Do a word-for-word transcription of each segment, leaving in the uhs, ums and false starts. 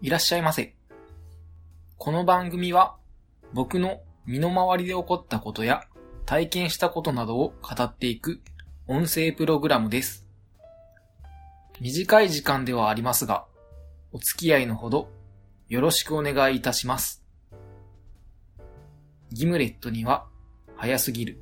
いらっしゃいませ。この番組は僕の身の回りで起こったことや体験したことなどを語っていく音声プログラムです。短い時間ではありますが、お付き合いのほどよろしくお願いいたします。ギムレットには早すぎる。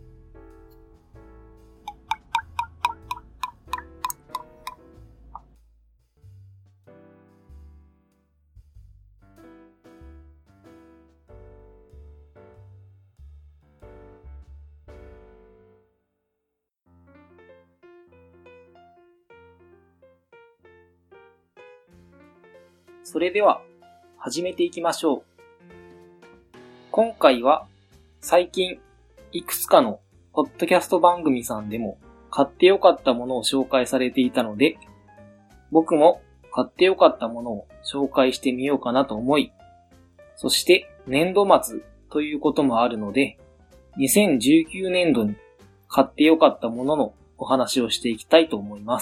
それでは始めていきましょう。今回は最近いくつかのポッドキャスト番組さんでも買ってよかったものを紹介されていたので、僕も買ってよかったものを紹介してみようかなと思い、そして年度末ということもあるので、にせんじゅうきゅうねんどに買ってよかったもののお話をしていきたいと思います。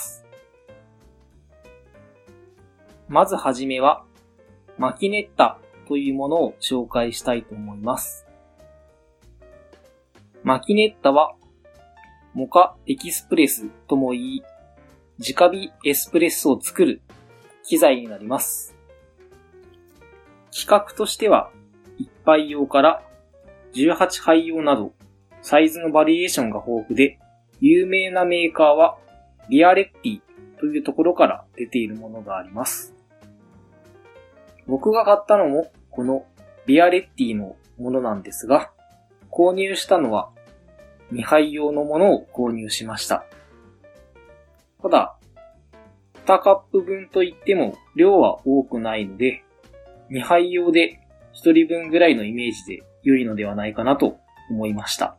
まずはじめは、マキネッタというものを紹介したいと思います。マキネッタは、モカエキスプレスとも言い、直火エスプレッソを作る機材になります。規格としては、いっぱい用からじゅうはちはい用など、サイズのバリエーションが豊富で、有名なメーカーは、ビアレッティというところから出ているものがあります。僕が買ったのもこのビアレッティのものなんですが、購入したのはにはい用のものを購入しました。ただ、にカップ分といっても量は多くないので、にはい用でひとりぶんぐらいのイメージで良いのではないかなと思いました。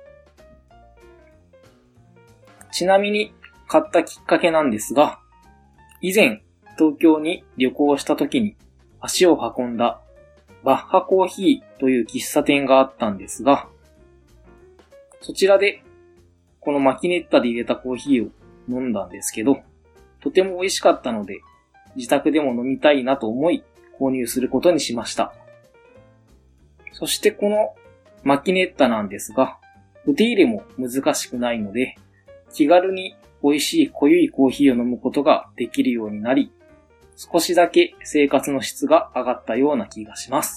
ちなみに買ったきっかけなんですが、以前東京に旅行した時に足を運んだバッハコーヒーという喫茶店があったんですが、そちらでこのマキネッタで入れたコーヒーを飲んだんですけど、とても美味しかったので自宅でも飲みたいなと思い購入することにしました。そしてこのマキネッタなんですが、お手入れも難しくないので、気軽に美味しい濃ゆいコーヒーを飲むことができるようになり、少しだけ生活の質が上がったような気がします。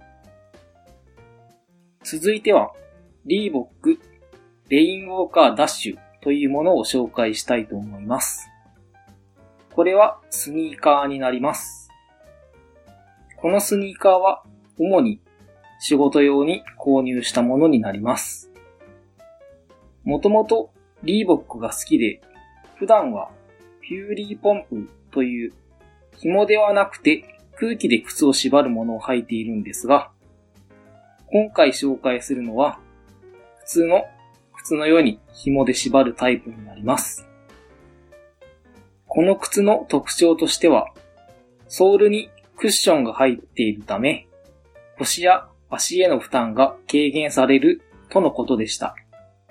続いては、リーボックレインウォーカーダッシュというものを紹介したいと思います。これはスニーカーになります。このスニーカーは主に仕事用に購入したものになります。もともとリーボックが好きで、普段はフューリーポンプという紐ではなくて空気で靴を縛るものを履いているんですが、今回紹介するのは普通の靴のように紐で縛るタイプになります。この靴の特徴としては、ソールにクッションが入っているため、腰や足への負担が軽減されるとのことでした。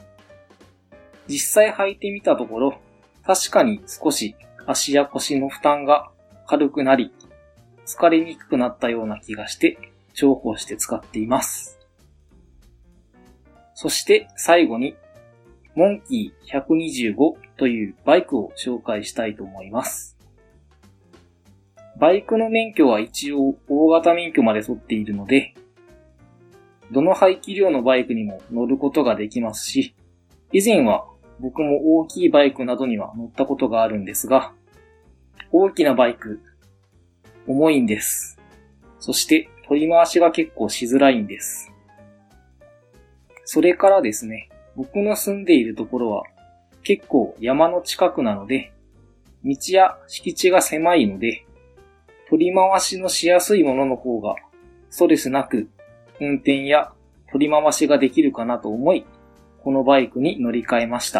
実際履いてみたところ、確かに少し足や腰の負担が軽くなり、疲れにくくなったような気がして重宝して使っています。そして最後に、モンキーひゃくにじゅうごというバイクを紹介したいと思います。バイクの免許は一応大型免許まで取っているので、どの排気量のバイクにも乗ることができますし、以前は僕も大きいバイクなどには乗ったことがあるんですが、大きなバイク、重いんです。そして取り回しが結構しづらいんです。それからですね、僕の住んでいるところは結構山の近くなので、道や敷地が狭いので、取り回しのしやすいものの方がストレスなく運転や取り回しができるかなと思い、このバイクに乗り換えました。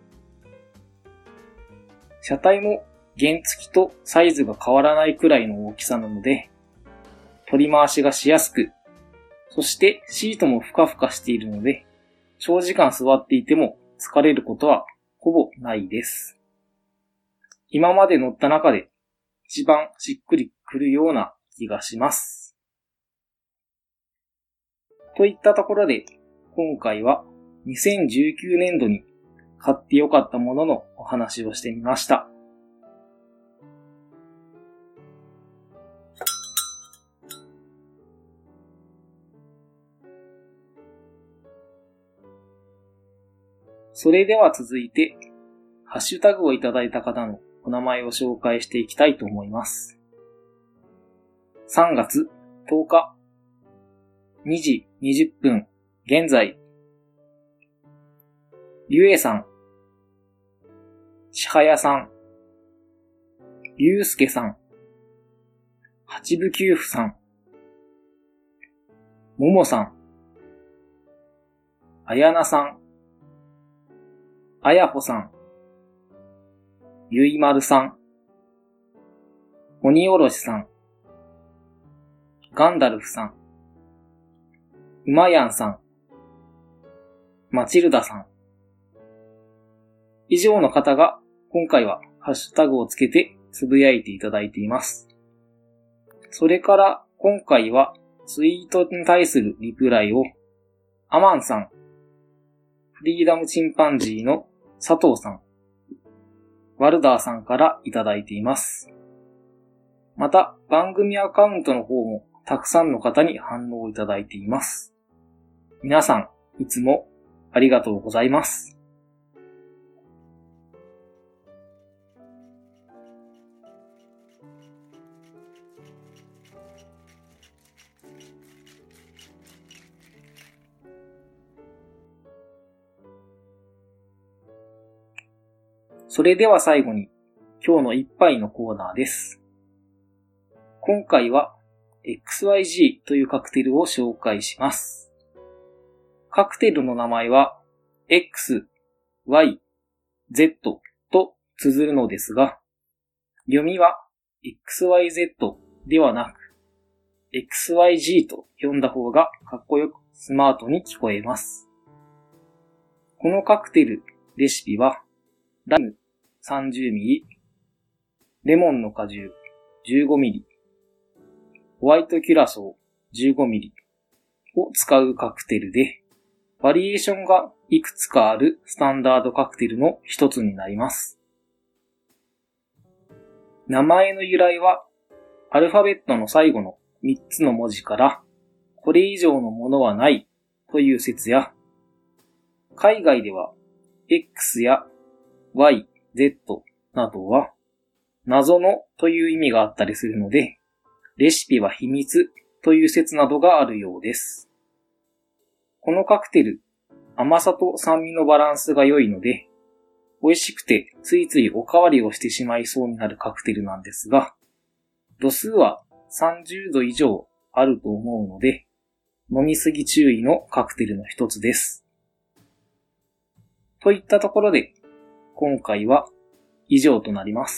車体も原付とサイズが変わらないくらいの大きさなので、取り回しがしやすく、そしてシートもふかふかしているので、長時間座っていても疲れることはほぼないです。今まで乗った中で一番しっくりくるような気がします。といったところで、今回はにせんじゅうきゅうねんどに買ってよかったもののお話をしてみました。それでは続いて、ハッシュタグをいただいた方のお名前を紹介していきたいと思います。さんがつとおか、にじにじゅっぷん、現在、ゆえさん、しはやさん、ゆうすけさん、はちぶきゅうふさん、ももさん、あやなさん、あやほさん、ゆいまるさん、おにおろしさん、ガンダルフさん、うまやんさん、マチルダさん。以上の方が今回はハッシュタグをつけてつぶやいていただいています。それから今回はツイートに対するリプライをアマンさん、フリーダムチンパンジーの佐藤さん、ワルダーさんからいただいています。また番組アカウントの方もたくさんの方に反応をいただいています。皆さんいつもありがとうございます。それでは最後に今日の一杯のコーナーです。今回は エックスワイジー というカクテルを紹介します。カクテルの名前は エックスワイゼット と綴るのですが、読みは エックスワイゼット ではなく エックスワイジー と読んだ方がかっこよくスマートに聞こえます。このカクテルレシピはライムさんじゅうミリ、レモンの果汁じゅうごミリ、ホワイトキュラソーじゅうごミリを使うカクテルで、バリエーションがいくつかあるスタンダードカクテルの一つになります。名前の由来は、アルファベットの最後のみっつの文字から、これ以上のものはないという説や、海外では X や Y、Z などは謎のという意味があったりするので、レシピは秘密という説などがあるようです。このカクテル、甘さと酸味のバランスが良いので、美味しくてついついおかわりをしてしまいそうになるカクテルなんですが、度数はさんじゅうど以上あると思うので、飲みすぎ注意のカクテルの一つです。といったところで、今回は以上となります。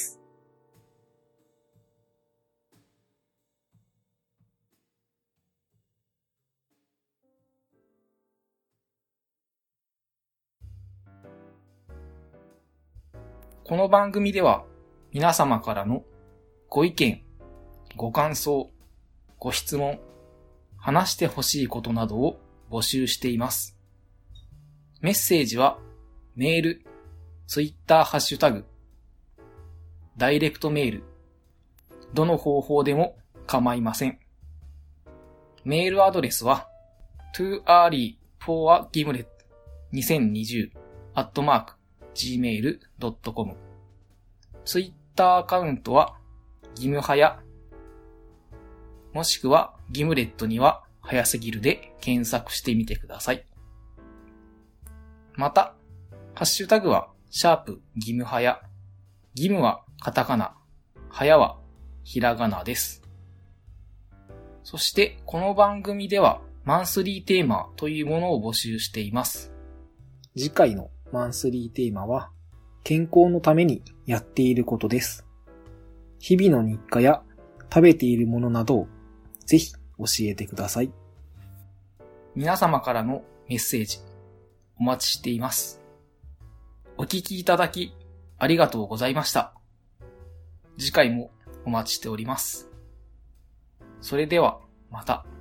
この番組では皆様からのご意見、ご感想、ご質問、話してほしいことなどを募集しています。メッセージはメール、ツイッターハッシュタグ、ダイレクトメール、どの方法でも構いません。メールアドレスは トゥーアーリーフォーアギムレットにせんにじゅう アットマーク ジーメール ドットコム。ツイッターアカウントはギムハヤ、もしくはギムレットには早すぎるで検索してみてください。また、ハッシュタグはシャープギムハヤ。ギムはカタカナ、ハヤはひらがなです。そしてこの番組ではマンスリーテーマというものを募集しています。次回のマンスリーテーマは健康のためにやっていることです。日々の日課や食べているものなどをぜひ教えてください。皆様からのメッセージお待ちしています。お聞きいただきありがとうございました。次回もお待ちしております。 それでは、また。